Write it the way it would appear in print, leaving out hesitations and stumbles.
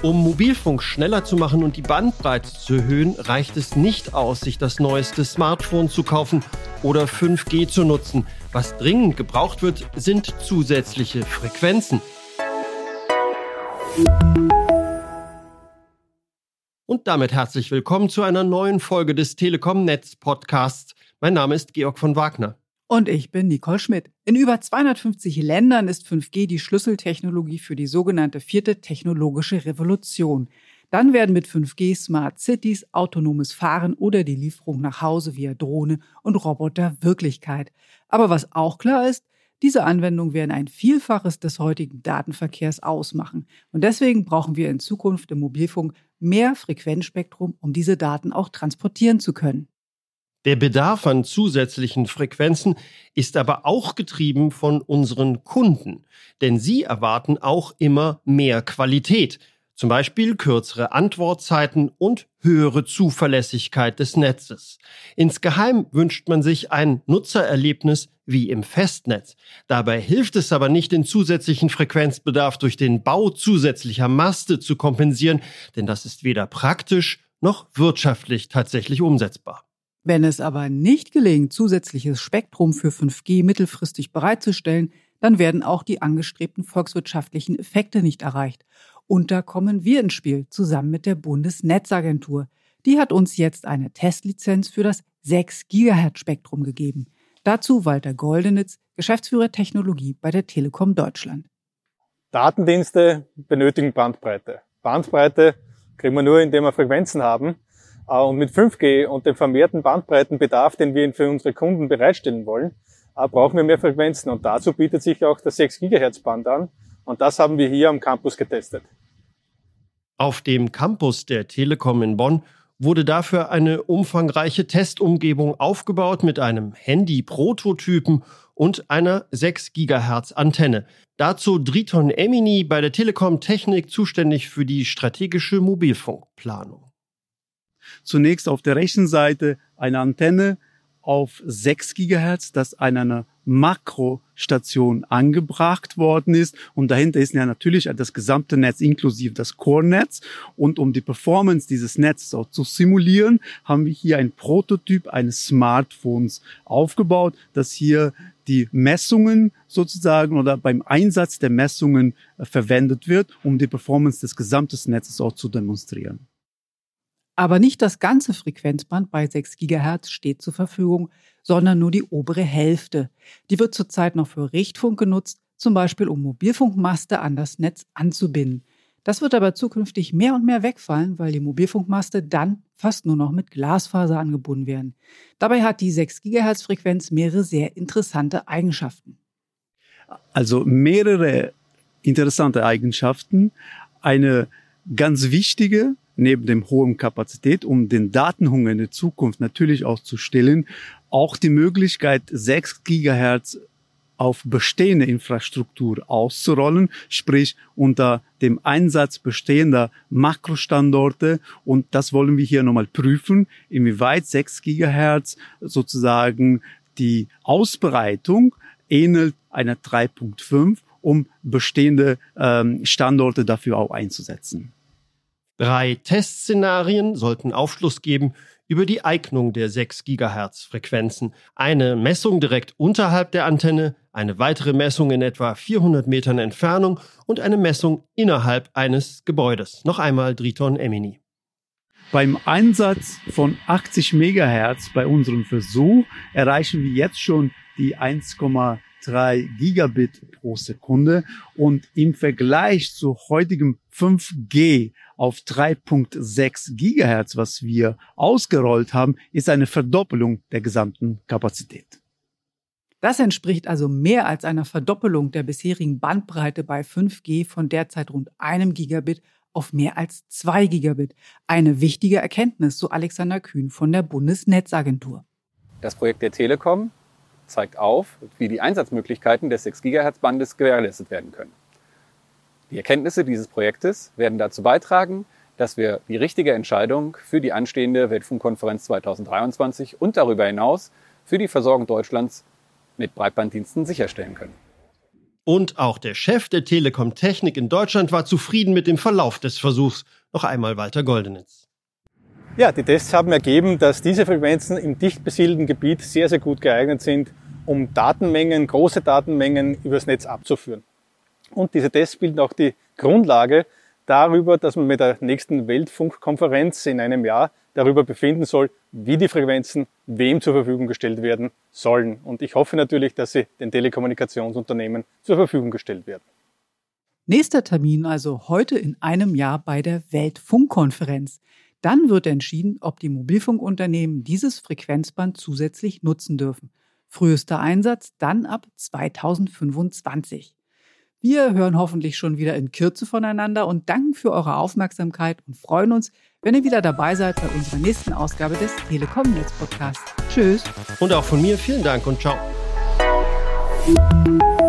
Um Mobilfunk schneller zu machen und die Bandbreite zu erhöhen, reicht es nicht aus, sich das neueste Smartphone zu kaufen oder 5G zu nutzen. Was dringend gebraucht wird, sind zusätzliche Frequenzen. Und damit herzlich willkommen zu einer neuen Folge des Telekom Netz Podcasts. Mein Name ist Georg von Wagner. Und ich bin Nicole Schmidt. In über 250 Ländern ist 5G die Schlüsseltechnologie für die sogenannte 4. technologische Revolution. Dann werden mit 5G Smart Cities, autonomes Fahren oder die Lieferung nach Hause via Drohne und Roboter Wirklichkeit. Aber was auch klar ist, diese Anwendungen werden ein Vielfaches des heutigen Datenverkehrs ausmachen. Und deswegen brauchen wir in Zukunft im Mobilfunk mehr Frequenzspektrum, um diese Daten auch transportieren zu können. Der Bedarf an zusätzlichen Frequenzen ist aber auch getrieben von unseren Kunden, denn sie erwarten auch immer mehr Qualität, zum Beispiel kürzere Antwortzeiten und höhere Zuverlässigkeit des Netzes. Insgeheim wünscht man sich ein Nutzererlebnis wie im Festnetz. Dabei hilft es aber nicht, den zusätzlichen Frequenzbedarf durch den Bau zusätzlicher Maste zu kompensieren, denn das ist weder praktisch noch wirtschaftlich tatsächlich umsetzbar. Wenn es aber nicht gelingt, zusätzliches Spektrum für 5G mittelfristig bereitzustellen, dann werden auch die angestrebten volkswirtschaftlichen Effekte nicht erreicht. Und da kommen wir ins Spiel, zusammen mit der Bundesnetzagentur. Die hat uns jetzt eine Testlizenz für das 6 GHz-Spektrum gegeben. Dazu Walter Goldenitz, Geschäftsführer Technologie bei der Telekom Deutschland. Datendienste benötigen Bandbreite. Bandbreite kriegen wir nur, indem wir Frequenzen haben. Und mit 5G und dem vermehrten Bandbreitenbedarf, den wir für unsere Kunden bereitstellen wollen, brauchen wir mehr Frequenzen. Und dazu bietet sich auch das 6 GHz Band an. Und das haben wir hier am Campus getestet. Auf dem Campus der Telekom in Bonn wurde dafür eine umfangreiche Testumgebung aufgebaut mit einem Handy-Prototypen und einer 6 GHz Antenne. Dazu Driton Emini bei der Telekom Technik zuständig für die strategische Mobilfunkplanung. Zunächst auf der rechten Seite eine Antenne auf 6 GHz, das an einer Makrostation angebracht worden ist. Und dahinter ist ja natürlich das gesamte Netz inklusive das Core-Netz. Und um die Performance dieses Netzes auch zu simulieren, haben wir hier ein Prototyp eines Smartphones aufgebaut, das hier die Messungen sozusagen oder beim Einsatz der Messungen verwendet wird, um die Performance des gesamten Netzes auch zu demonstrieren. Aber nicht das ganze Frequenzband bei 6 GHz steht zur Verfügung, sondern nur die obere Hälfte. Die wird zurzeit noch für Richtfunk genutzt, zum Beispiel um Mobilfunkmaste an das Netz anzubinden. Das wird aber zukünftig mehr und mehr wegfallen, weil die Mobilfunkmaste dann fast nur noch mit Glasfaser angebunden werden. Dabei hat die 6 GHz-Frequenz mehrere sehr interessante Eigenschaften. Also mehrere interessante Eigenschaften. Eine ganz wichtige, neben dem hohen Kapazität, um den Datenhunger in der Zukunft natürlich auch zu stillen, auch die Möglichkeit, 6 GHz auf bestehende Infrastruktur auszurollen, sprich unter dem Einsatz bestehender Makrostandorte. Und das wollen wir hier nochmal prüfen, inwieweit 6 GHz sozusagen die Ausbreitung ähnelt einer 3.5, um bestehende Standorte dafür auch einzusetzen. 3 Testszenarien sollten Aufschluss geben über die Eignung der 6 GHz-Frequenzen. Eine Messung direkt unterhalb der Antenne, eine weitere Messung in etwa 400 Metern Entfernung und eine Messung innerhalb eines Gebäudes. Noch einmal Driton Emini. Beim Einsatz von 80 MHz bei unserem Versuch erreichen wir jetzt schon die 1,3 Gigabit pro Sekunde und im Vergleich zu heutigem 5G auf 3.6 Gigahertz, was wir ausgerollt haben, ist eine Verdoppelung der gesamten Kapazität. Das entspricht also mehr als einer Verdoppelung der bisherigen Bandbreite bei 5G von derzeit rund 1 Gigabit auf mehr als 2 Gigabit. Eine wichtige Erkenntnis, so Alexander Kühn von der Bundesnetzagentur. Das Projekt der Telekom zeigt auf, wie die Einsatzmöglichkeiten des 6 GHz Bandes gewährleistet werden können. Die Erkenntnisse dieses Projektes werden dazu beitragen, dass wir die richtige Entscheidung für die anstehende Weltfunkkonferenz 2023 und darüber hinaus für die Versorgung Deutschlands mit Breitbanddiensten sicherstellen können. Und auch der Chef der Telekom Technik in Deutschland war zufrieden mit dem Verlauf des Versuchs. Noch einmal Walter Goldenitz. Ja, die Tests haben ergeben, dass diese Frequenzen im dicht besiedelten Gebiet sehr, sehr gut geeignet sind, um Datenmengen, große Datenmengen übers Netz abzuführen. Und diese Tests bilden auch die Grundlage darüber, dass man mit der nächsten Weltfunkkonferenz in einem Jahr darüber befinden soll, wie die Frequenzen wem zur Verfügung gestellt werden sollen. Und ich hoffe natürlich, dass sie den Telekommunikationsunternehmen zur Verfügung gestellt werden. Nächster Termin also heute in einem Jahr bei der Weltfunkkonferenz. Dann wird entschieden, ob die Mobilfunkunternehmen dieses Frequenzband zusätzlich nutzen dürfen. Frühester Einsatz dann ab 2025. Wir hören hoffentlich schon wieder in Kürze voneinander und danken für eure Aufmerksamkeit und freuen uns, wenn ihr wieder dabei seid bei unserer nächsten Ausgabe des Telekom-Netz-Podcasts. Tschüss. Und auch von mir vielen Dank und ciao.